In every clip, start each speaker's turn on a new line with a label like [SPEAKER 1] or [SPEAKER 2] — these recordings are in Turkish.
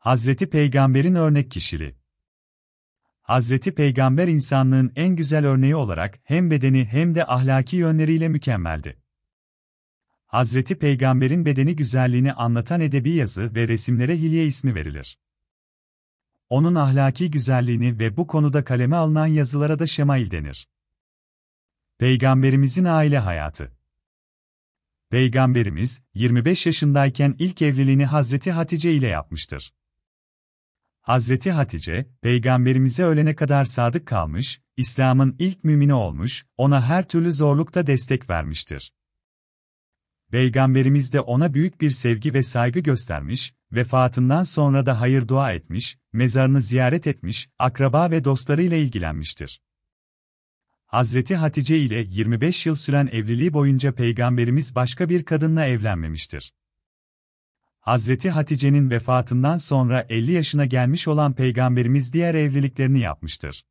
[SPEAKER 1] Hazreti Peygamber'in örnek kişiliği. Hazreti Peygamber insanlığın en güzel örneği olarak hem bedeni hem de ahlaki yönleriyle mükemmeldi. Hazreti Peygamber'in bedeni güzelliğini anlatan edebi yazı ve resimlere Hilye ismi verilir. Onun ahlaki güzelliğini ve bu konuda kaleme alınan yazılara da Şemail denir. Peygamberimizin aile hayatı. Peygamberimiz, 25 yaşındayken ilk evliliğini Hazreti Hatice ile yapmıştır. Hazreti Hatice, Peygamberimize ölene kadar sadık kalmış, İslam'ın ilk mümini olmuş, ona her türlü zorlukta destek vermiştir. Peygamberimiz de ona büyük bir sevgi ve saygı göstermiş, vefatından sonra da hayır dua etmiş, mezarını ziyaret etmiş, akraba ve dostlarıyla ilgilenmiştir. Hazreti Hatice ile 25 yıl süren evliliği boyunca Peygamberimiz başka bir kadınla evlenmemiştir. Hazreti Hatice'nin vefatından sonra 50 yaşına gelmiş olan Peygamberimiz diğer evliliklerini yapmıştır.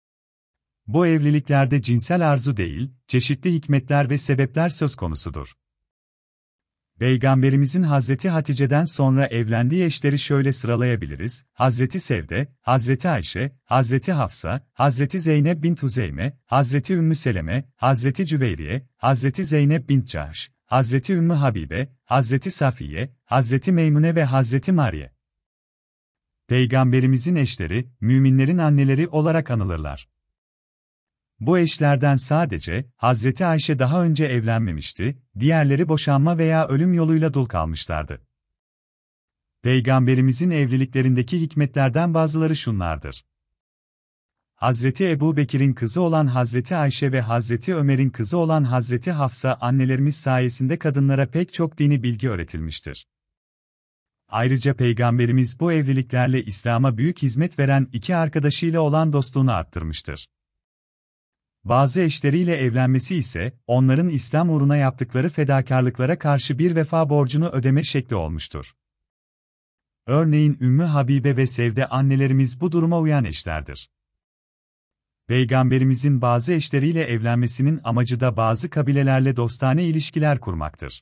[SPEAKER 1] Bu evliliklerde cinsel arzu değil, çeşitli hikmetler ve sebepler söz konusudur. Peygamberimizin Hazreti Hatice'den sonra evlendiği eşleri şöyle sıralayabiliriz: Hazreti Sevde, Hazreti Ayşe, Hazreti Hafsa, Hazreti Zeynep bint Huzeyme, Hazreti Ümmü Seleme, Hazreti Cüveyriye, Hazreti Zeynep bint Cahş, Hazreti Ümmü Habibe, Hazreti Safiye, Hazreti Meymune ve Hazreti Mariye. Peygamberimizin eşleri, müminlerin anneleri olarak anılırlar. Bu eşlerden sadece Hazreti Ayşe daha önce evlenmemişti, diğerleri boşanma veya ölüm yoluyla dul kalmışlardı. Peygamberimizin evliliklerindeki hikmetlerden bazıları şunlardır. Hazreti Ebubekir'in kızı olan Hazreti Ayşe ve Hazreti Ömer'in kızı olan Hazreti Hafsa annelerimiz sayesinde kadınlara pek çok dini bilgi öğretilmiştir. Ayrıca Peygamberimiz bu evliliklerle İslam'a büyük hizmet veren iki arkadaşıyla olan dostluğunu arttırmıştır. Bazı eşleriyle evlenmesi ise, onların İslam uğruna yaptıkları fedakarlıklara karşı bir vefa borcunu ödeme şekli olmuştur. Örneğin Ümmü Habibe ve Sevde annelerimiz bu duruma uyan eşlerdir. Peygamberimizin bazı eşleriyle evlenmesinin amacı da bazı kabilelerle dostane ilişkiler kurmaktır.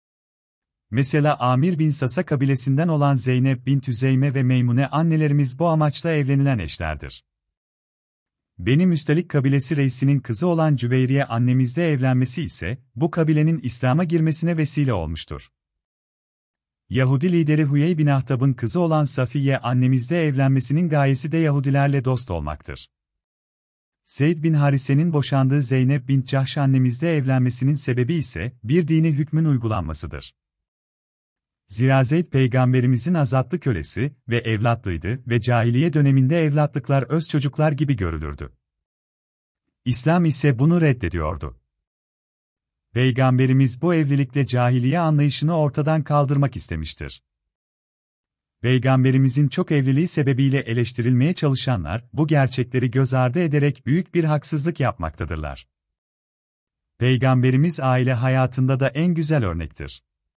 [SPEAKER 1] Mesela Amir bin Sasa kabilesinden olan Zeynep bint Hüzeyme ve Meymune annelerimiz bu amaçla evlenilen eşlerdir. Beni Müstalik kabilesi reisinin kızı olan Cüveyriye annemizle evlenmesi ise, bu kabilenin İslam'a girmesine vesile olmuştur. Yahudi lideri Huyey bin Ahtab'ın kızı olan Safiye annemizle evlenmesinin gayesi de Yahudilerle dost olmaktır. Zeyd bin Harise'nin boşandığı Zeynep bint Cahş annemizle evlenmesinin sebebi ise, bir dini hükmün uygulanmasıdır. Zira Zeyd Peygamberimizin azatlı kölesi ve evlatlıydı ve cahiliye döneminde evlatlıklar öz çocuklar gibi görülürdü. İslam ise bunu reddediyordu. Peygamberimiz bu evlilikle cahiliye anlayışını ortadan kaldırmak istemiştir. Peygamberimizin çok evliliği sebebiyle eleştirilmeye çalışanlar, bu gerçekleri göz ardı ederek büyük bir haksızlık yapmaktadırlar. Peygamberimiz aile hayatında da en güzel örnektir.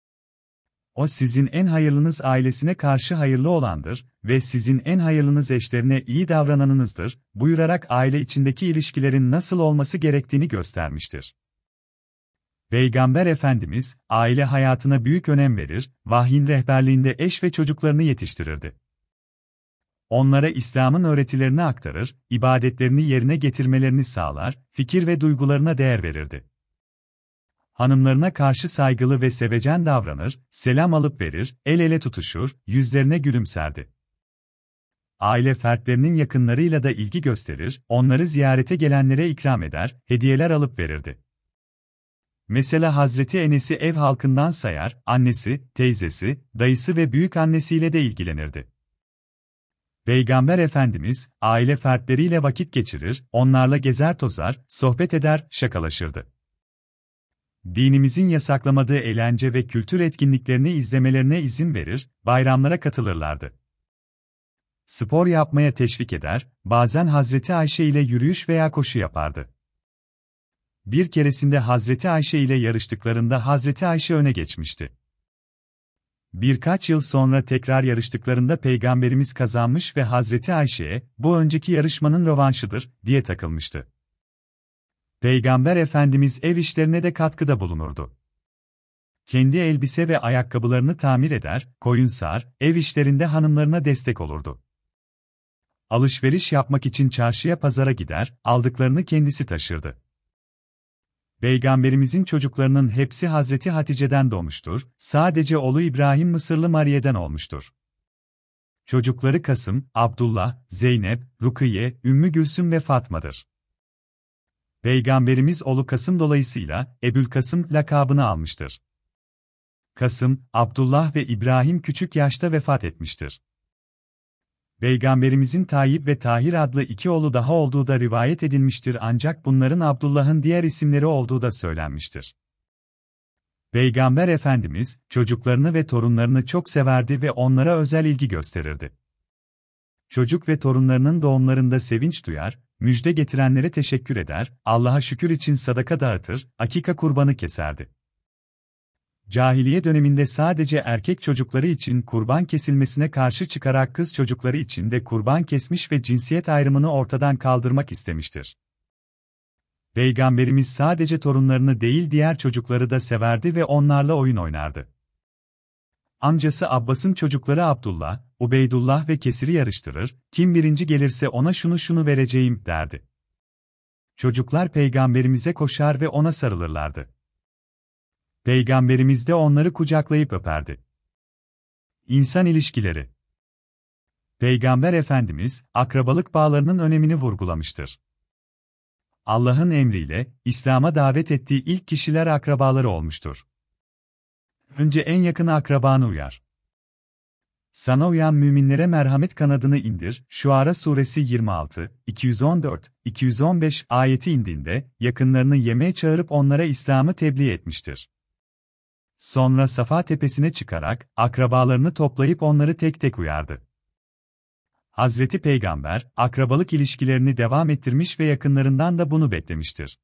[SPEAKER 1] O sizin en hayırlınız ailesine karşı hayırlı olandır ve sizin en hayırlınız eşlerine iyi davrananınızdır, buyurarak aile içindeki ilişkilerin nasıl olması gerektiğini göstermiştir. Peygamber Efendimiz, aile hayatına büyük önem verir, vahyin rehberliğinde eş ve çocuklarını yetiştirirdi. Onlara İslam'ın öğretilerini aktarır, ibadetlerini yerine getirmelerini sağlar, fikir ve duygularına değer verirdi. Hanımlarına karşı saygılı ve sevecen davranır, selam alıp verir, el ele tutuşur, yüzlerine gülümserdi. Aile fertlerinin yakınlarıyla da ilgi gösterir, onları ziyarete gelenlere ikram eder, hediyeler alıp verirdi. Mesela Hazreti Enes'i ev halkından sayar, annesi, teyzesi, dayısı ve büyük annesiyle de ilgilenirdi. Peygamber Efendimiz, aile fertleriyle vakit geçirir, onlarla gezer tozar, sohbet eder, şakalaşırdı. Dinimizin yasaklamadığı eğlence ve kültür etkinliklerini izlemelerine izin verir, bayramlara katılırlardı. Spor yapmaya teşvik eder, bazen Hazreti Ayşe ile yürüyüş veya koşu yapardı. Bir keresinde Hazreti Ayşe ile yarıştıklarında Hazreti Ayşe öne geçmişti. Birkaç yıl sonra tekrar yarıştıklarında Peygamberimiz kazanmış ve Hazreti Ayşe'ye, "Bu önceki yarışmanın rövanşıdır," diye takılmıştı. Peygamber Efendimiz ev işlerine de katkıda bulunurdu. Kendi elbise ve ayakkabılarını tamir eder, koyun sağar, ev işlerinde hanımlarına destek olurdu. Alışveriş yapmak için çarşıya pazara gider, aldıklarını kendisi taşırdı. Peygamberimizin çocuklarının hepsi Hazreti Hatice'den doğmuştur, sadece oğlu İbrahim Mısırlı Mariye'den olmuştur. Çocukları Kasım, Abdullah, Zeynep, Rukiye, Ümmü Gülsüm ve Fatma'dır. Peygamberimiz oğlu Kasım dolayısıyla Ebülkasım lakabını almıştır. Kasım, Abdullah ve İbrahim küçük yaşta vefat etmiştir. Peygamberimizin Tayyip ve Tahir adlı iki oğlu daha olduğu da rivayet edilmiştir ancak bunların Abdullah'ın diğer isimleri olduğu da söylenmiştir. Peygamber Efendimiz, çocuklarını ve torunlarını çok severdi ve onlara özel ilgi gösterirdi. Çocuk ve torunlarının doğumlarında sevinç duyar, müjde getirenlere teşekkür eder, Allah'a şükür için sadaka dağıtır, akika kurbanı keserdi. Cahiliye döneminde sadece erkek çocukları için kurban kesilmesine karşı çıkarak kız çocukları için de kurban kesmiş ve cinsiyet ayrımını ortadan kaldırmak istemiştir. Peygamberimiz sadece torunlarını değil diğer çocukları da severdi ve onlarla oyun oynardı. Amcası Abbas'ın çocukları Abdullah, Ubeydullah ve Kesir'i yarıştırır, kim birinci gelirse ona şunu vereceğim derdi. Çocuklar Peygamberimize koşar ve ona sarılırlardı. Peygamberimiz de onları kucaklayıp öperdi. İnsan ilişkileri. Peygamber Efendimiz, akrabalık bağlarının önemini vurgulamıştır. Allah'ın emriyle, İslam'a davet ettiği ilk kişiler akrabaları olmuştur. Önce en yakın akrabanı uyar. Sana uyan müminlere merhamet kanadını indir, Şuara Suresi 26, 214, 215 ayeti indiğinde, yakınlarını yemeğe çağırıp onlara İslam'ı tebliğ etmiştir. Sonra Safa tepesine çıkarak, akrabalarını toplayıp onları tek tek uyardı. Hazreti Peygamber, akrabalık ilişkilerini devam ettirmiş ve yakınlarından da bunu beklemiştir.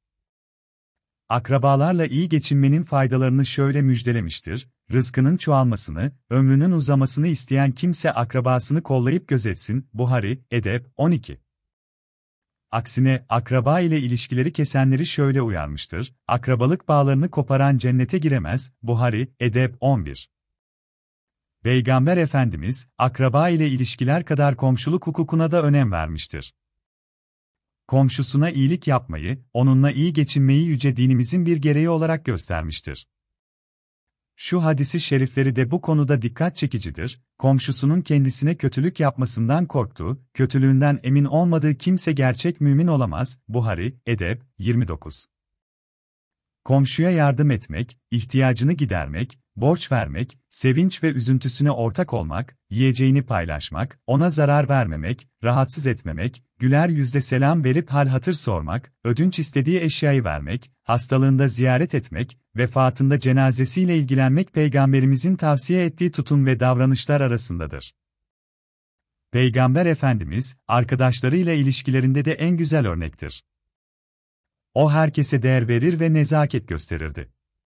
[SPEAKER 1] Akrabalarla iyi geçinmenin faydalarını şöyle müjdelemiştir: rızkının çoğalmasını, ömrünün uzamasını isteyen kimse akrabasını kollayıp gözetsin. Buhari, Edeb, 12. Aksine, akraba ile ilişkileri kesenleri şöyle uyarmıştır: akrabalık bağlarını koparan cennete giremez. Buhari, Edeb, 11. Peygamber Efendimiz, akraba ile ilişkiler kadar komşuluk hukukuna da önem vermiştir. Komşusuna iyilik yapmayı, onunla iyi geçinmeyi yüce dinimizin bir gereği olarak göstermiştir. Şu hadisi şerifleri de bu konuda dikkat çekicidir: komşusunun kendisine kötülük yapmasından korktuğu, kötülüğünden emin olmadığı kimse gerçek mümin olamaz. Buhari, Edeb, 29. Komşuya yardım etmek, ihtiyacını gidermek, borç vermek, sevinç ve üzüntüsüne ortak olmak, yiyeceğini paylaşmak, ona zarar vermemek, rahatsız etmemek, güler yüzle selam verip hal hatır sormak, ödünç istediği eşyayı vermek, hastalığında ziyaret etmek, vefatında cenazesiyle ilgilenmek Peygamberimizin tavsiye ettiği tutum ve davranışlar arasındadır. Peygamber Efendimiz, arkadaşlarıyla ilişkilerinde de en güzel örnektir. O herkese değer verir ve nezaket gösterirdi.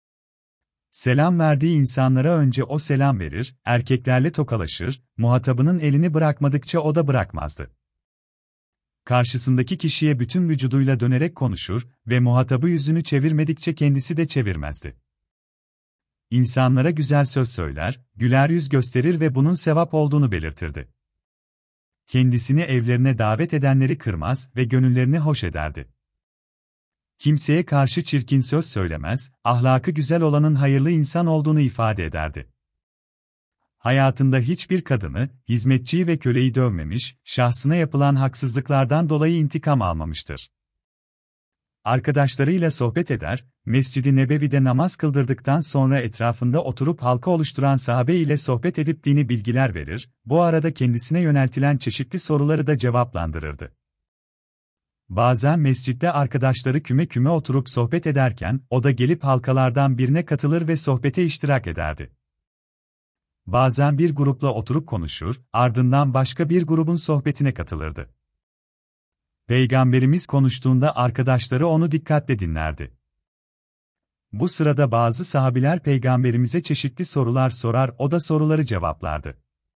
[SPEAKER 1] Selam verdiği insanlara önce o selam verir, erkeklerle tokalaşır, muhatabının elini bırakmadıkça o da bırakmazdı. Karşısındaki kişiye bütün vücuduyla dönerek konuşur ve muhatabı yüzünü çevirmedikçe kendisi de çevirmezdi. İnsanlara güzel söz söyler, güler yüz gösterir ve bunun sevap olduğunu belirtirdi. Kendisini evlerine davet edenleri kırmaz ve gönüllerini hoş ederdi. Kimseye karşı çirkin söz söylemez, ahlakı güzel olanın hayırlı insan olduğunu ifade ederdi. Hayatında hiçbir kadını, hizmetçiyi ve köleyi dövmemiş, şahsına yapılan haksızlıklardan dolayı intikam almamıştır. Arkadaşlarıyla sohbet eder, Mescid-i Nebevi'de namaz kıldırdıktan sonra etrafında oturup halka oluşturan sahabe ile sohbet edip dini bilgiler verir, bu arada kendisine yöneltilen çeşitli soruları da cevaplandırırdı. Bazen mescitte arkadaşları küme küme oturup sohbet ederken, o da gelip halkalardan birine katılır ve sohbete iştirak ederdi. Bazen bir grupla oturup konuşur, ardından başka bir grubun sohbetine katılırdı. Peygamberimiz konuştuğunda arkadaşları onu dikkatle dinlerdi. Bu sırada bazı sahabiler Peygamberimize çeşitli sorular sorar, o da soruları cevaplardı.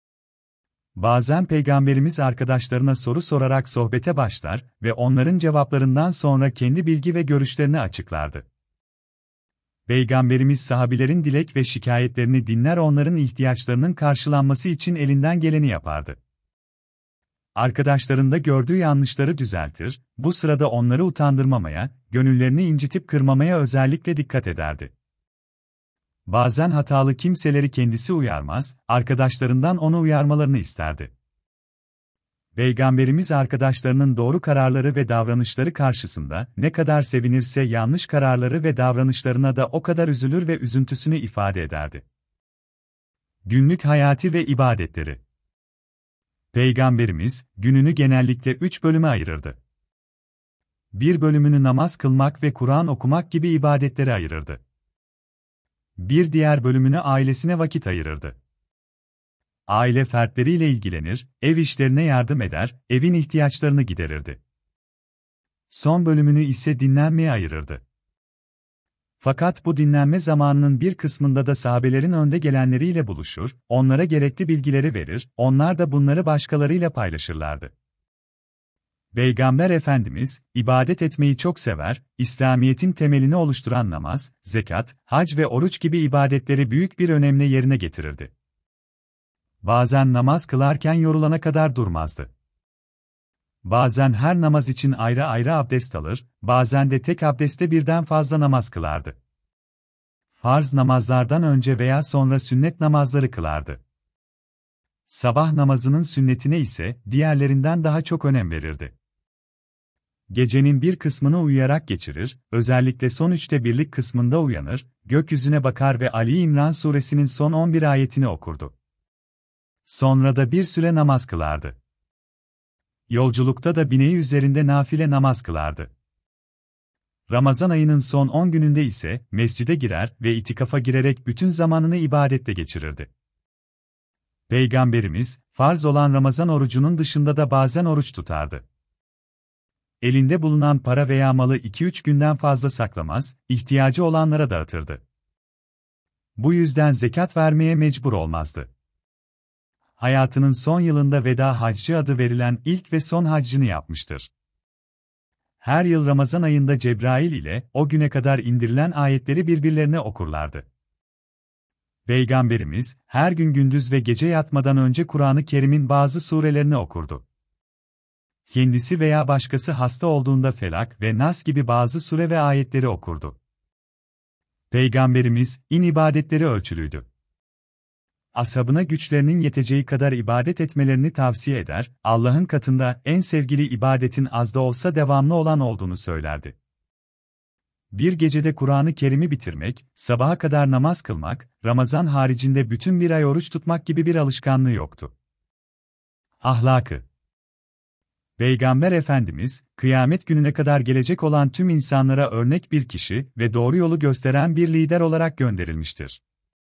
[SPEAKER 1] Bazen Peygamberimiz arkadaşlarına soru sorarak sohbete başlar ve onların cevaplarından sonra kendi bilgi ve görüşlerini açıklardı. Peygamberimiz sahabilerin dilek ve şikayetlerini dinler, onların ihtiyaçlarının karşılanması için elinden geleni yapardı. Arkadaşlarında gördüğü yanlışları düzeltir, bu sırada onları utandırmamaya, gönüllerini incitip kırmamaya özellikle dikkat ederdi. Bazen hatalı kimseleri kendisi uyarmaz, arkadaşlarından onu uyarmalarını isterdi. Peygamberimiz arkadaşlarının doğru kararları ve davranışları karşısında ne kadar sevinirse yanlış kararları ve davranışlarına da o kadar üzülür ve üzüntüsünü ifade ederdi. Günlük hayatı ve ibadetleri. Peygamberimiz, gününü genellikle 3 bölüme ayırırdı. Bir bölümünü namaz kılmak ve Kur'an okumak gibi ibadetlere ayırırdı. Bir diğer bölümünü ailesine vakit ayırırdı. Aile fertleriyle ilgilenir, ev işlerine yardım eder, evin ihtiyaçlarını giderirdi. Son bölümünü ise dinlenmeye ayırırdı. Fakat bu dinlenme zamanının bir kısmında da sahabelerin önde gelenleriyle buluşur, onlara gerekli bilgileri verir, onlar da bunları başkalarıyla paylaşırlardı. Peygamber Efendimiz, ibadet etmeyi çok sever, İslamiyet'in temelini oluşturan namaz, zekat, hac ve oruç gibi ibadetleri büyük bir önemle yerine getirirdi. Bazen namaz kılarken yorulana kadar durmazdı. Bazen her namaz için ayrı ayrı abdest alır, bazen de tek abdestte birden fazla namaz kılardı. Farz namazlardan önce veya sonra sünnet namazları kılardı. Sabah namazının sünnetine ise diğerlerinden daha çok önem verirdi. Gecenin bir kısmını uyuyarak geçirir, özellikle son 1/3 kısmında uyanır, gökyüzüne bakar ve Ali İmran suresinin son 11 ayetini okurdu. Sonra da bir süre namaz kılardı. Yolculukta da bineği üzerinde nafile namaz kılardı. Ramazan ayının son 10 gününde ise mescide girer ve itikafa girerek bütün zamanını ibadette geçirirdi. Peygamberimiz, farz olan Ramazan orucunun dışında da bazen oruç tutardı. Elinde bulunan para veya malı 2-3 günden fazla saklamaz, ihtiyacı olanlara dağıtırdı. Bu yüzden zekat vermeye mecbur olmazdı. Hayatının son yılında veda haccı adı verilen ilk ve son haccını yapmıştır. Her yıl Ramazan ayında Cebrail ile o güne kadar indirilen ayetleri birbirlerine okurlardı. Peygamberimiz, her gün gündüz ve gece yatmadan önce Kur'an-ı Kerim'in bazı surelerini okurdu. Kendisi veya başkası hasta olduğunda Felak ve Nas gibi bazı sure ve ayetleri okurdu. Peygamberimiz, ibadetleri ölçülüydü. Ashabına güçlerinin yeteceği kadar ibadet etmelerini tavsiye eder, Allah'ın katında en sevgili ibadetin az da olsa devamlı olan olduğunu söylerdi. Bir gecede Kur'an-ı Kerim'i bitirmek, sabaha kadar namaz kılmak, Ramazan haricinde bütün bir ay oruç tutmak gibi bir alışkanlığı yoktu. Ahlakı. Peygamber Efendimiz, kıyamet gününe kadar gelecek olan tüm insanlara örnek bir kişi ve doğru yolu gösteren bir lider olarak gönderilmiştir.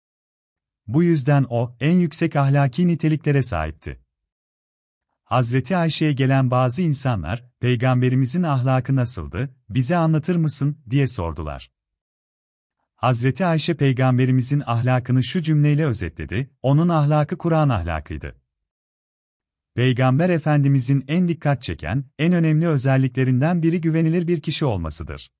[SPEAKER 1] Bu yüzden o, en yüksek ahlaki niteliklere sahipti. Hazreti Ayşe'ye gelen bazı insanlar, Peygamberimizin ahlakı nasıldı, bize anlatır mısın, diye sordular. Hazreti Ayşe Peygamberimizin ahlakını şu cümleyle özetledi, onun ahlakı Kur'an ahlakıydı. Peygamber Efendimizin en dikkat çeken, en önemli özelliklerinden biri güvenilir bir kişi olmasıdır.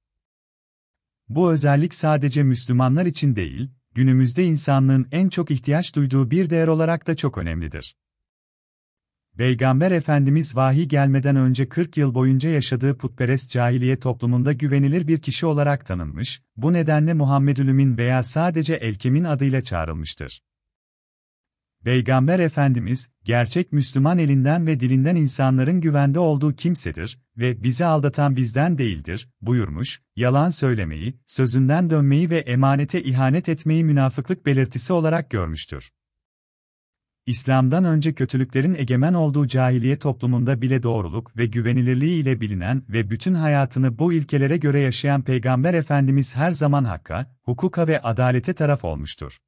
[SPEAKER 1] Bu özellik sadece Müslümanlar için değil, günümüzde insanlığın en çok ihtiyaç duyduğu bir değer olarak da çok önemlidir. Peygamber Efendimiz vahiy gelmeden önce 40 yıl boyunca yaşadığı putperest cahiliye toplumunda güvenilir bir kişi olarak tanınmış, bu nedenle Muhammedülümin veya sadece Elkem'in adıyla çağrılmıştır. Peygamber Efendimiz, gerçek Müslüman elinden ve dilinden insanların güvende olduğu kimsedir ve bizi aldatan bizden değildir, buyurmuş, yalan söylemeyi, sözünden dönmeyi ve emanete ihanet etmeyi münafıklık belirtisi olarak görmüştür. İslam'dan önce kötülüklerin egemen olduğu cahiliye toplumunda bile doğruluk ve güvenilirliği ile bilinen ve bütün hayatını bu ilkelere göre yaşayan Peygamber Efendimiz her zaman hakka, hukuka ve adalete taraf olmuştur.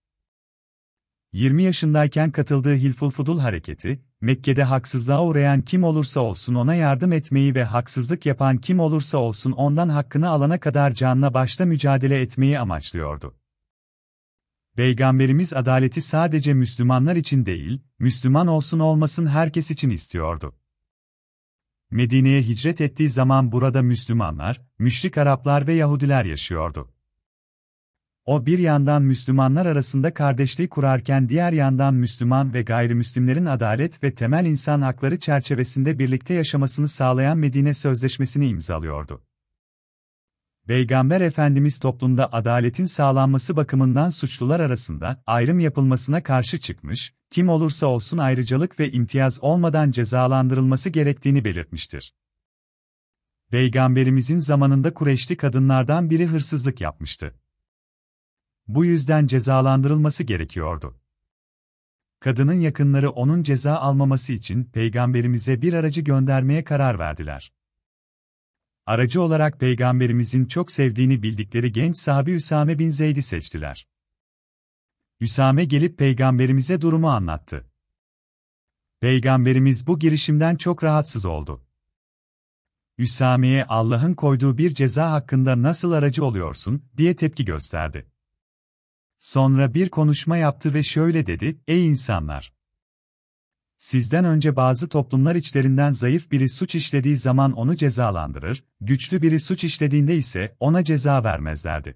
[SPEAKER 1] 20 yaşındayken katıldığı Hilful Fudul hareketi, Mekke'de haksızlığa uğrayan kim olursa olsun ona yardım etmeyi ve haksızlık yapan kim olursa olsun ondan hakkını alana kadar canla başla mücadele etmeyi amaçlıyordu. Peygamberimiz adaleti sadece Müslümanlar için değil, Müslüman olsun olmasın herkes için istiyordu. Medine'ye hicret ettiği zaman burada Müslümanlar, müşrik Araplar ve Yahudiler yaşıyordu. O bir yandan Müslümanlar arasında kardeşliği kurarken diğer yandan Müslüman ve gayrimüslimlerin adalet ve temel insan hakları çerçevesinde birlikte yaşamasını sağlayan Medine Sözleşmesi'ni imzalıyordu. Peygamber Efendimiz toplumda adaletin sağlanması bakımından suçlular arasında ayrım yapılmasına karşı çıkmış, kim olursa olsun ayrıcalık ve imtiyaz olmadan cezalandırılması gerektiğini belirtmiştir. Peygamberimizin zamanında Kureyşli kadınlardan biri hırsızlık yapmıştı. Bu yüzden cezalandırılması gerekiyordu. Kadının yakınları onun ceza almaması için Peygamberimize bir aracı göndermeye karar verdiler. Aracı olarak Peygamberimizin çok sevdiğini bildikleri genç sahabi Üsame bin Zeyd'i seçtiler. Üsame gelip Peygamberimize durumu anlattı. Peygamberimiz bu girişimden çok rahatsız oldu. Üsame'ye Allah'ın koyduğu bir ceza hakkında nasıl aracı oluyorsun, diye tepki gösterdi. Sonra bir konuşma yaptı ve şöyle dedi: Ey insanlar! Sizden önce bazı toplumlar içlerinden zayıf biri suç işlediği zaman onu cezalandırır, güçlü biri suç işlediğinde ise ona ceza vermezlerdi.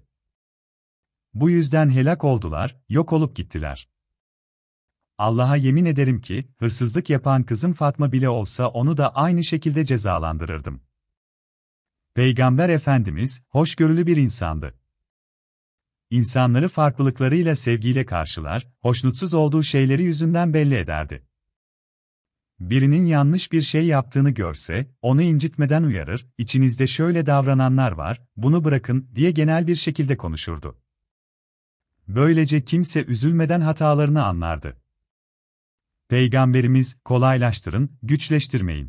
[SPEAKER 1] Bu yüzden helak oldular, yok olup gittiler. Allah'a yemin ederim ki, hırsızlık yapan kızım Fatma bile olsa onu da aynı şekilde cezalandırırdım. Peygamber Efendimiz, hoşgörülü bir insandı. İnsanları farklılıklarıyla sevgiyle karşılar, hoşnutsuz olduğu şeyleri yüzünden belli ederdi. Birinin yanlış bir şey yaptığını görse, onu incitmeden uyarır, içinizde şöyle davrananlar var, bunu bırakın, diye genel bir şekilde konuşurdu. Böylece kimse üzülmeden hatalarını anlardı. Peygamberimiz, kolaylaştırın, güçleştirmeyin.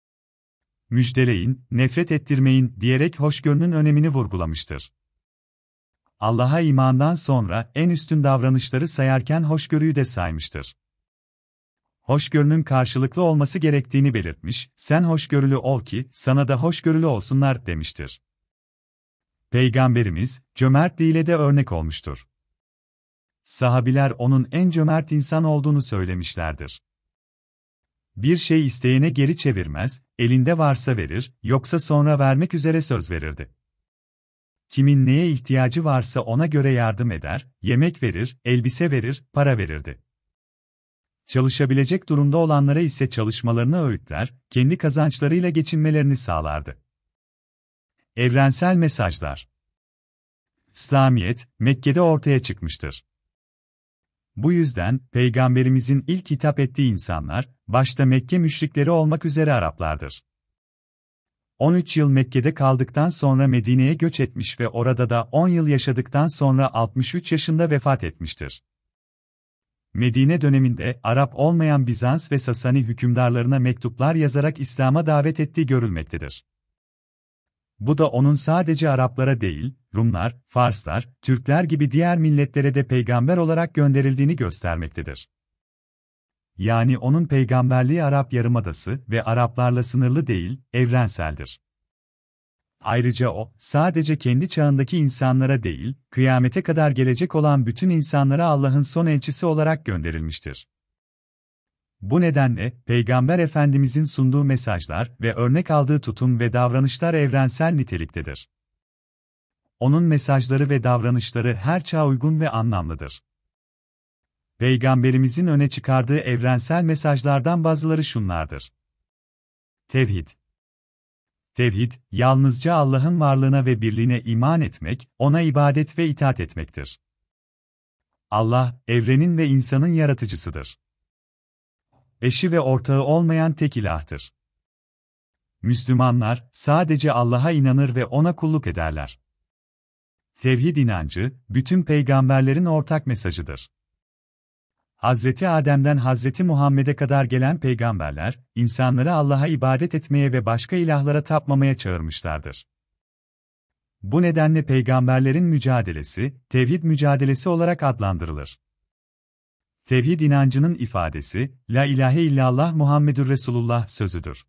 [SPEAKER 1] Müjdeleyin, nefret ettirmeyin, diyerek hoşgörünün önemini vurgulamıştır. Allah'a imandan sonra en üstün davranışları sayarken hoşgörüyü de saymıştır. Hoşgörünün karşılıklı olması gerektiğini belirtmiş, sen hoşgörülü ol ki, sana da hoşgörülü olsunlar, demiştir. Peygamberimiz, cömertliğiyle de örnek olmuştur. Sahabiler onun en cömert insan olduğunu söylemişlerdir. Bir şey isteyene geri çevirmez, elinde varsa verir, yoksa sonra vermek üzere söz verirdi. Kimin neye ihtiyacı varsa ona göre yardım eder, yemek verir, elbise verir, para verirdi. Çalışabilecek durumda olanlara ise çalışmalarını öğütler, kendi kazançlarıyla geçinmelerini sağlardı. Evrensel mesajlar. İslamiyet, Mekke'de ortaya çıkmıştır. Bu yüzden, Peygamberimizin ilk hitap ettiği insanlar, başta Mekke müşrikleri olmak üzere Araplardır. 13 yıl Mekke'de kaldıktan sonra Medine'ye göç etmiş ve orada da 10 yıl yaşadıktan sonra 63 yaşında vefat etmiştir. Medine döneminde Arap olmayan Bizans ve Sasani hükümdarlarına mektuplar yazarak İslam'a davet ettiği görülmektedir. Bu da onun sadece Araplara değil, Rumlar, Farslar, Türkler gibi diğer milletlere de peygamber olarak gönderildiğini göstermektedir. Yani onun peygamberliği Arap Yarımadası ve Araplarla sınırlı değil, evrenseldir. Ayrıca o, sadece kendi çağındaki insanlara değil, kıyamete kadar gelecek olan bütün insanlara Allah'ın son elçisi olarak gönderilmiştir. Bu nedenle, Peygamber Efendimizin sunduğu mesajlar ve örnek aldığı tutum ve davranışlar evrensel niteliktedir. Onun mesajları ve davranışları her çağa uygun ve anlamlıdır. Peygamberimizin öne çıkardığı evrensel mesajlardan bazıları şunlardır. Tevhid. Tevhid, yalnızca Allah'ın varlığına ve birliğine iman etmek, ona ibadet ve itaat etmektir. Allah, evrenin ve insanın yaratıcısıdır. Eşi ve ortağı olmayan tek ilahtır. Müslümanlar, sadece Allah'a inanır ve ona kulluk ederler. Tevhid inancı, bütün peygamberlerin ortak mesajıdır. Hazreti Adem'den Hazreti Muhammed'e kadar gelen peygamberler, insanları Allah'a ibadet etmeye ve başka ilahlara tapmamaya çağırmışlardır. Bu nedenle peygamberlerin mücadelesi, tevhid mücadelesi olarak adlandırılır. Tevhid inancının ifadesi, La ilahe illallah Muhammedür Resulullah sözüdür.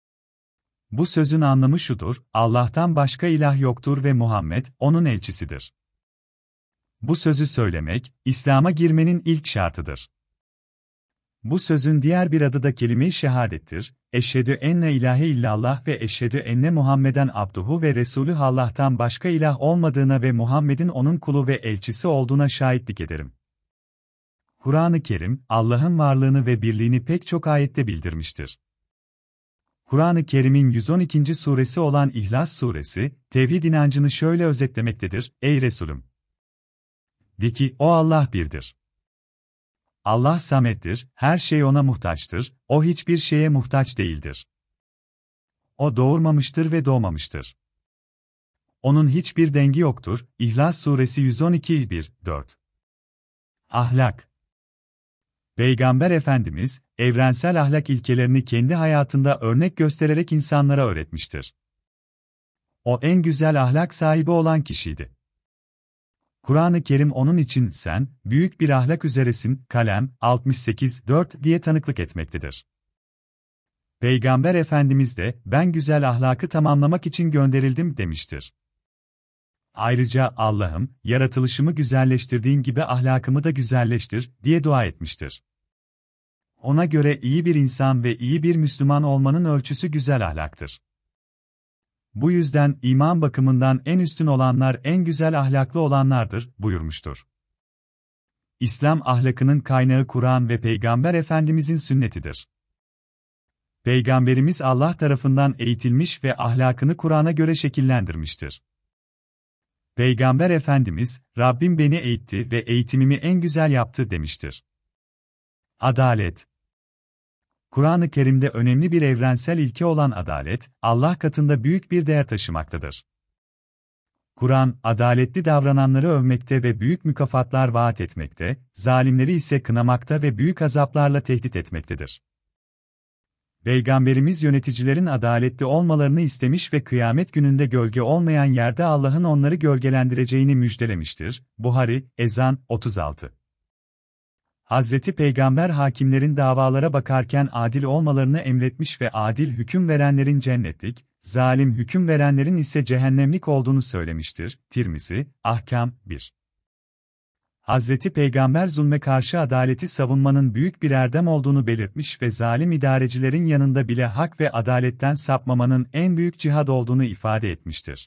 [SPEAKER 1] Bu sözün anlamı şudur, Allah'tan başka ilah yoktur ve Muhammed, onun elçisidir. Bu sözü söylemek, İslam'a girmenin ilk şartıdır. Bu sözün diğer bir adı da kelime-i şehadettir. Eşhedü enne ilahe illallah ve eşhedü enne Muhammeden abduhu ve resulü Allah'tan başka ilah olmadığına ve Muhammed'in onun kulu ve elçisi olduğuna şahitlik ederim. Kur'an-ı Kerim, Allah'ın varlığını ve birliğini pek çok ayette bildirmiştir. Kur'an-ı Kerim'in 112. suresi olan İhlas suresi, tevhid inancını şöyle özetlemektedir: Ey Resulüm! De ki, o Allah birdir. Allah samettir, her şey ona muhtaçtır, o hiçbir şeye muhtaç değildir. O doğurmamıştır ve doğmamıştır. Onun hiçbir dengi yoktur. İhlas suresi 112-1-4. Ahlak. Peygamber Efendimiz, evrensel ahlak ilkelerini kendi hayatında örnek göstererek insanlara öğretmiştir. O en güzel ahlak sahibi olan kişiydi. Kur'an-ı Kerim onun için sen, büyük bir ahlak üzeresin, Kalem, 68-4 diye tanıklık etmektedir. Peygamber Efendimiz de, ben güzel ahlakı tamamlamak için gönderildim demiştir. Ayrıca Allah'ım, yaratılışımı güzelleştirdiğin gibi ahlakımı da güzelleştir, diye dua etmiştir. Ona göre iyi bir insan ve iyi bir Müslüman olmanın ölçüsü güzel ahlaktır. Bu yüzden iman bakımından en üstün olanlar en güzel ahlaklı olanlardır, buyurmuştur. İslam ahlakının kaynağı Kur'an ve Peygamber Efendimizin sünnetidir. Peygamberimiz Allah tarafından eğitilmiş ve ahlakını Kur'an'a göre şekillendirmiştir. Peygamber Efendimiz, Rabbim beni eğitti ve eğitimimi en güzel yaptı demiştir. Adalet. Kur'an-ı Kerim'de önemli bir evrensel ilke olan adalet, Allah katında büyük bir değer taşımaktadır. Kur'an, adaletli davrananları övmekte ve büyük mükafatlar vaat etmekte, zalimleri ise kınamakta ve büyük azaplarla tehdit etmektedir. Peygamberimiz yöneticilerin adaletli olmalarını istemiş ve kıyamet gününde gölge olmayan yerde Allah'ın onları gölgelendireceğini müjdelemiştir. Buhari, Ezan, 36. Hazreti Peygamber hakimlerin davalara bakarken adil olmalarını emretmiş ve adil hüküm verenlerin cennetlik, zalim hüküm verenlerin ise cehennemlik olduğunu söylemiştir. Tirmizi, Ahkam 1. Hazreti Peygamber zulme karşı adaleti savunmanın büyük bir erdem olduğunu belirtmiş ve zalim idarecilerin yanında bile hak ve adaletten sapmamanın en büyük cihad olduğunu ifade etmiştir.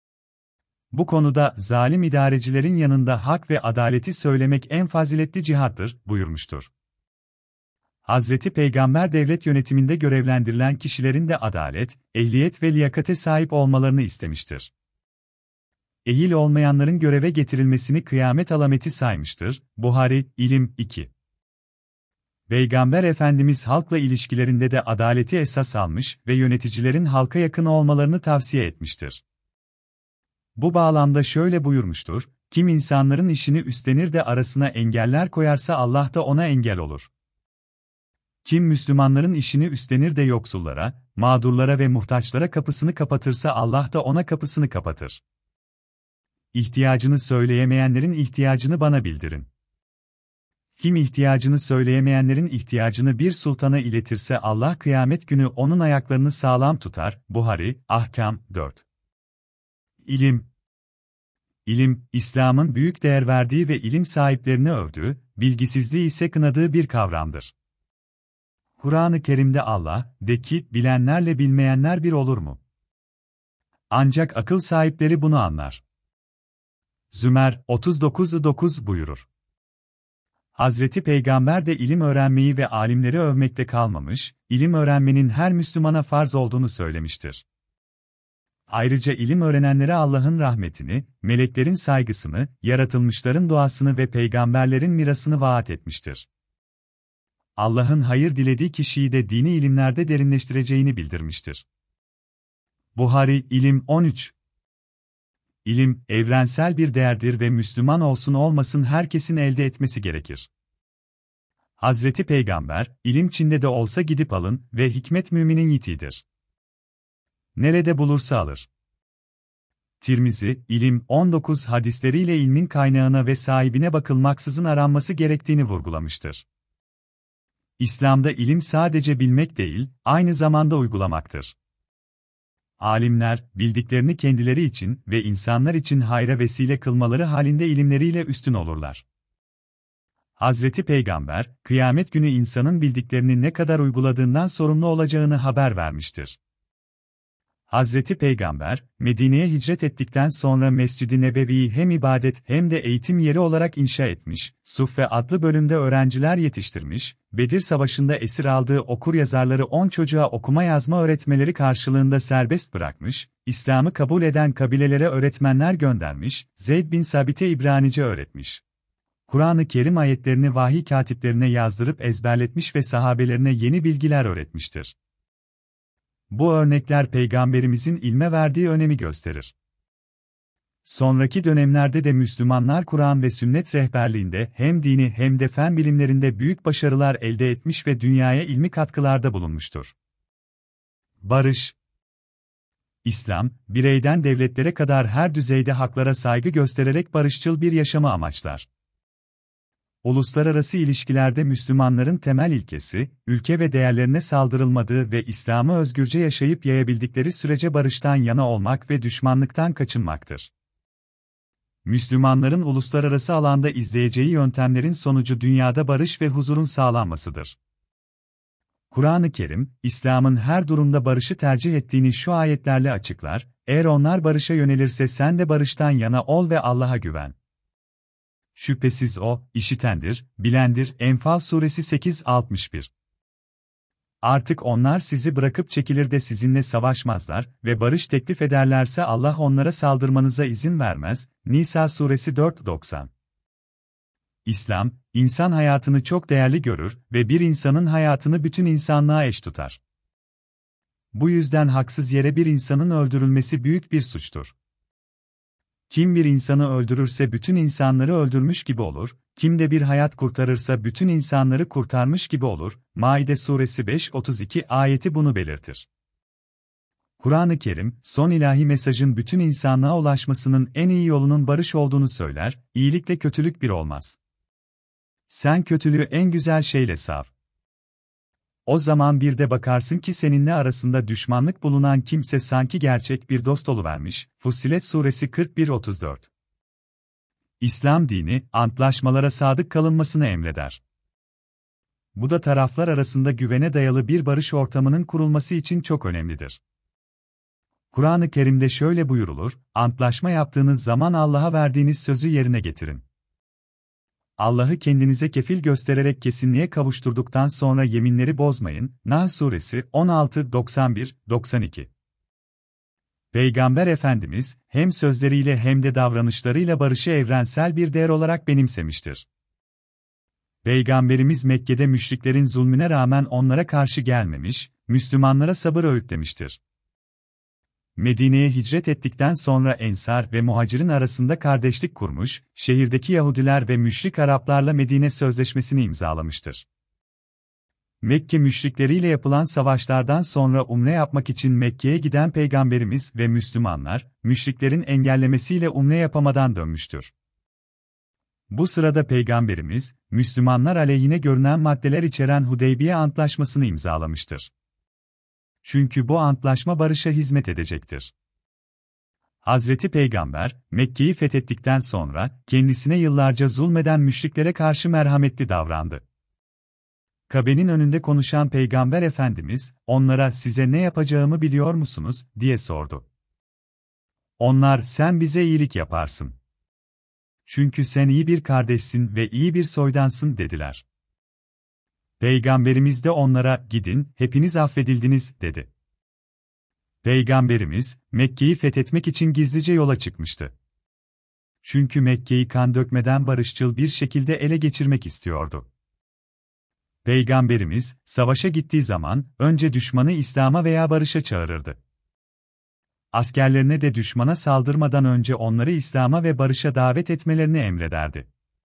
[SPEAKER 1] Bu konuda zalim idarecilerin yanında hak ve adaleti söylemek en faziletli cihattır, buyurmuştur. Hazreti Peygamber devlet yönetiminde görevlendirilen kişilerin de adalet, ehliyet ve liyakate sahip olmalarını istemiştir. Ehil olmayanların göreve getirilmesini kıyamet alameti saymıştır. Buhari, İlim 2. Peygamber Efendimiz halkla ilişkilerinde de adaleti esas almış ve yöneticilerin halka yakın olmalarını tavsiye etmiştir. Bu bağlamda şöyle buyurmuştur: kim insanların işini üstlenir de arasına engeller koyarsa Allah da ona engel olur. Kim Müslümanların işini üstlenir de yoksullara, mağdurlara ve muhtaçlara kapısını kapatırsa Allah da ona kapısını kapatır. İhtiyacını söyleyemeyenlerin ihtiyacını bana bildirin. Kim ihtiyacını söyleyemeyenlerin ihtiyacını bir sultana iletirse Allah kıyamet günü onun ayaklarını sağlam tutar. Buhari, Ahkam 4. İlim. İlim, İslam'ın büyük değer verdiği ve ilim sahiplerini övdüğü, bilgisizliği ise kınadığı bir kavramdır. Kur'an-ı Kerim'de Allah, de ki, bilenlerle bilmeyenler bir olur mu? Ancak akıl sahipleri bunu anlar. Zümer, 39-9 buyurur. Hazreti Peygamber de ilim öğrenmeyi ve alimleri övmekte kalmamış, ilim öğrenmenin her Müslümana farz olduğunu söylemiştir. Ayrıca ilim öğrenenlere Allah'ın rahmetini, meleklerin saygısını, yaratılmışların duasını ve peygamberlerin mirasını vaat etmiştir. Allah'ın hayır dilediği kişiyi de dini ilimlerde derinleştireceğini bildirmiştir. Buhari, İlim 13. İlim, evrensel bir değerdir ve Müslüman olsun olmasın herkesin elde etmesi gerekir. Hazreti Peygamber, ilim Çin'de de olsa gidip alın ve hikmet müminin yitiğidir. Nerede bulursa alır. Tirmizi, İlim 19 hadisleriyle ilmin kaynağına ve sahibine bakılmaksızın aranması gerektiğini vurgulamıştır. İslam'da ilim sadece bilmek değil, aynı zamanda uygulamaktır. Alimler, bildiklerini kendileri için ve insanlar için hayra vesile kılmaları halinde ilimleriyle üstün olurlar. Hazreti Peygamber, kıyamet günü insanın bildiklerini ne kadar uyguladığından sorumlu olacağını haber vermiştir. Hazreti Peygamber, Medine'ye hicret ettikten sonra Mescid-i Nebevi'yi hem ibadet hem de eğitim yeri olarak inşa etmiş, Suffe adlı bölümde öğrenciler yetiştirmiş, Bedir Savaşı'nda esir aldığı okuryazarları 10 çocuğa okuma yazma öğretmeleri karşılığında serbest bırakmış, İslam'ı kabul eden kabilelere öğretmenler göndermiş, Zeyd bin Sabit'e İbranice öğretmiş. Kur'an-ı Kerim ayetlerini vahiy katiplerine yazdırıp ezberletmiş ve sahabelerine yeni bilgiler öğretmiştir. Bu örnekler Peygamberimizin ilme verdiği önemi gösterir. Sonraki dönemlerde de Müslümanlar Kur'an ve sünnet rehberliğinde hem dini hem de fen bilimlerinde büyük başarılar elde etmiş ve dünyaya ilmi katkılarda bulunmuştur. Barış. İslam, bireyden devletlere kadar her düzeyde haklara saygı göstererek barışçıl bir yaşamı amaçlar. Uluslararası ilişkilerde Müslümanların temel ilkesi, ülke ve değerlerine saldırılmadığı ve İslam'ı özgürce yaşayıp yayabildikleri sürece barıştan yana olmak ve düşmanlıktan kaçınmaktır. Müslümanların uluslararası alanda izleyeceği yöntemlerin sonucu dünyada barış ve huzurun sağlanmasıdır. Kur'an-ı Kerim, İslam'ın her durumda barışı tercih ettiğini şu ayetlerle açıklar: "Eğer onlar barışa yönelirse sen de barıştan yana ol ve Allah'a güven. Şüphesiz O, işitendir, bilendir." Enfal Suresi 8-61. Artık onlar sizi bırakıp çekilir de sizinle savaşmazlar ve barış teklif ederlerse Allah onlara saldırmanıza izin vermez. Nisa Suresi 4-90. İslam, insan hayatını çok değerli görür ve bir insanın hayatını bütün insanlığa eş tutar. Bu yüzden haksız yere bir insanın öldürülmesi büyük bir suçtur. Kim bir insanı öldürürse bütün insanları öldürmüş gibi olur, kim de bir hayat kurtarırsa bütün insanları kurtarmış gibi olur. Maide Suresi 5-32 ayeti bunu belirtir. Kur'an-ı Kerim, son ilahi mesajın bütün insanlığa ulaşmasının en iyi yolunun barış olduğunu söyler, iyilikle kötülük bir olmaz. Sen kötülüğü en güzel şeyle sav. O zaman bir de bakarsın ki seninle arasında düşmanlık bulunan kimse sanki gerçek bir dost oluvermiş. Fussilet Suresi 41-34. İslam dini, antlaşmalara sadık kalınmasını emreder. Bu da taraflar arasında güvene dayalı bir barış ortamının kurulması için çok önemlidir. Kur'an-ı Kerim'de şöyle buyurulur: "Antlaşma yaptığınız zaman Allah'a verdiğiniz sözü yerine getirin." Allah'ı kendinize kefil göstererek kesinliğe kavuşturduktan sonra yeminleri bozmayın. Nahl Suresi 16-91-92. Peygamber Efendimiz, hem sözleriyle hem de davranışlarıyla barışı evrensel bir değer olarak benimsemiştir. Peygamberimiz Mekke'de müşriklerin zulmüne rağmen onlara karşı gelmemiş, Müslümanlara sabır öğütlemiştir. Medine'ye hicret ettikten sonra Ensar ve Muhacir'in arasında kardeşlik kurmuş, şehirdeki Yahudiler ve müşrik Araplarla Medine Sözleşmesi'ni imzalamıştır. Mekke müşrikleriyle yapılan savaşlardan sonra umre yapmak için Mekke'ye giden Peygamberimiz ve Müslümanlar, müşriklerin engellemesiyle umre yapamadan dönmüştür. Bu sırada Peygamberimiz, Müslümanlar aleyhine görünen maddeler içeren Hudeybiye Antlaşması'nı imzalamıştır. Çünkü bu antlaşma barışa hizmet edecektir. Hazreti Peygamber, Mekke'yi fethettikten sonra, kendisine yıllarca zulmeden müşriklere karşı merhametli davrandı. Kabe'nin önünde konuşan Peygamber Efendimiz, onlara "Size ne yapacağımı biliyor musunuz?" diye sordu. Onlar, "Sen bize iyilik yaparsın. Çünkü sen iyi bir kardeşsin ve iyi bir soydansın." dediler. Peygamberimiz de onlara, "Gidin, hepiniz affedildiniz." dedi. Peygamberimiz, Mekke'yi fethetmek için gizlice yola çıkmıştı. Çünkü Mekke'yi kan dökmeden barışçıl bir şekilde ele geçirmek istiyordu. Peygamberimiz, savaşa gittiği zaman, önce düşmanı İslam'a veya barışa çağırırdı. Askerlerine de düşmana saldırmadan önce onları İslam'a ve barışa davet etmelerini emrederdi.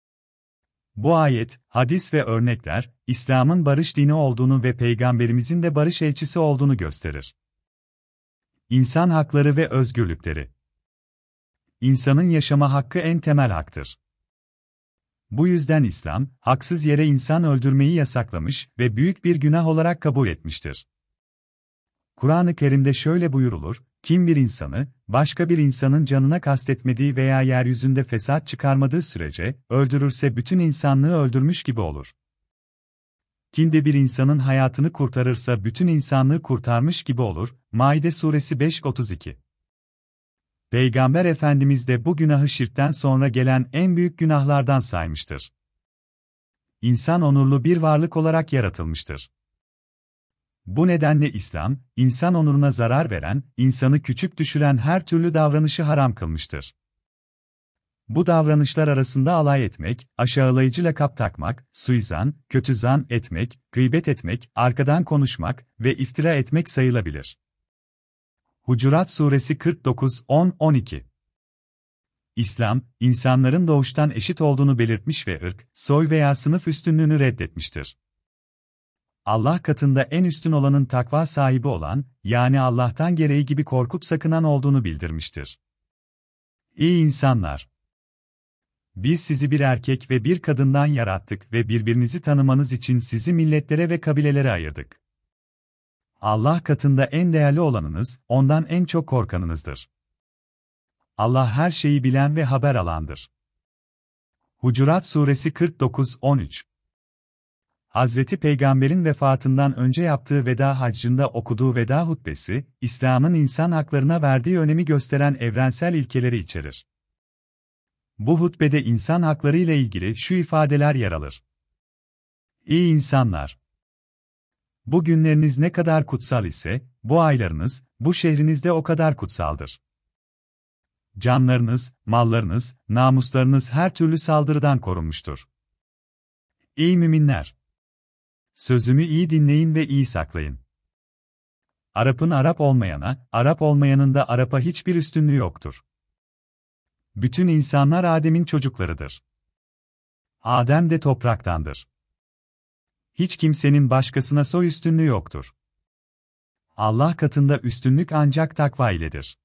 [SPEAKER 1] Bu ayet, hadis ve örnekler, İslam'ın barış dini olduğunu ve Peygamberimizin de barış elçisi olduğunu gösterir. İnsan hakları ve özgürlükleri. İnsanın yaşama hakkı en temel haktır. Bu yüzden İslam, haksız yere insan öldürmeyi yasaklamış ve büyük bir günah olarak kabul etmiştir. Kur'an-ı Kerim'de şöyle buyurulur: Kim bir insanı, başka bir insanın canına kastetmediği veya yeryüzünde fesat çıkarmadığı sürece, öldürürse bütün insanlığı öldürmüş gibi olur. Kim de bir insanın hayatını kurtarırsa bütün insanlığı kurtarmış gibi olur. Maide suresi 5:32. Peygamber Efendimiz de bu günahı şirkten sonra gelen en büyük günahlardan saymıştır. İnsan onurlu bir varlık olarak yaratılmıştır. Bu nedenle İslam, insan onuruna zarar veren, insanı küçük düşüren her türlü davranışı haram kılmıştır. Bu davranışlar arasında alay etmek, aşağılayıcı lakap takmak, suizan, kötü zan etmek, gıybet etmek, arkadan konuşmak ve iftira etmek sayılabilir. Hucurat suresi 49-10-12. İslam, insanların doğuştan eşit olduğunu belirtmiş ve ırk, soy veya sınıf üstünlüğünü reddetmiştir. Allah katında en üstün olanın takva sahibi olan, yani Allah'tan gereği gibi korkup sakınan olduğunu bildirmiştir. İyi insanlar! Biz sizi bir erkek ve bir kadından yarattık ve birbirinizi tanımanız için sizi milletlere ve kabilelere ayırdık. Allah katında en değerli olanınız, ondan en çok korkanınızdır. Allah her şeyi bilen ve haber alandır. Hucurat suresi 49-13. Hazreti Peygamber'in vefatından önce yaptığı veda haccında okuduğu veda hutbesi, İslam'ın insan haklarına verdiği önemi gösteren evrensel ilkeleri içerir. Bu hutbede insan hakları ile ilgili şu ifadeler yer alır. İyi insanlar! Bu günleriniz ne kadar kutsal ise, bu aylarınız, bu şehriniz de o kadar kutsaldır. Canlarınız, mallarınız, namuslarınız her türlü saldırıdan korunmuştur. İyi müminler! Sözümü iyi dinleyin ve iyi saklayın. Arap'ın Arap olmayana, Arap olmayanın da Arap'a hiçbir üstünlüğü yoktur. Bütün insanlar Adem'in çocuklarıdır. Adem de topraktandır. Hiç kimsenin başkasına soy üstünlüğü yoktur. Allah katında üstünlük ancak takva iledir.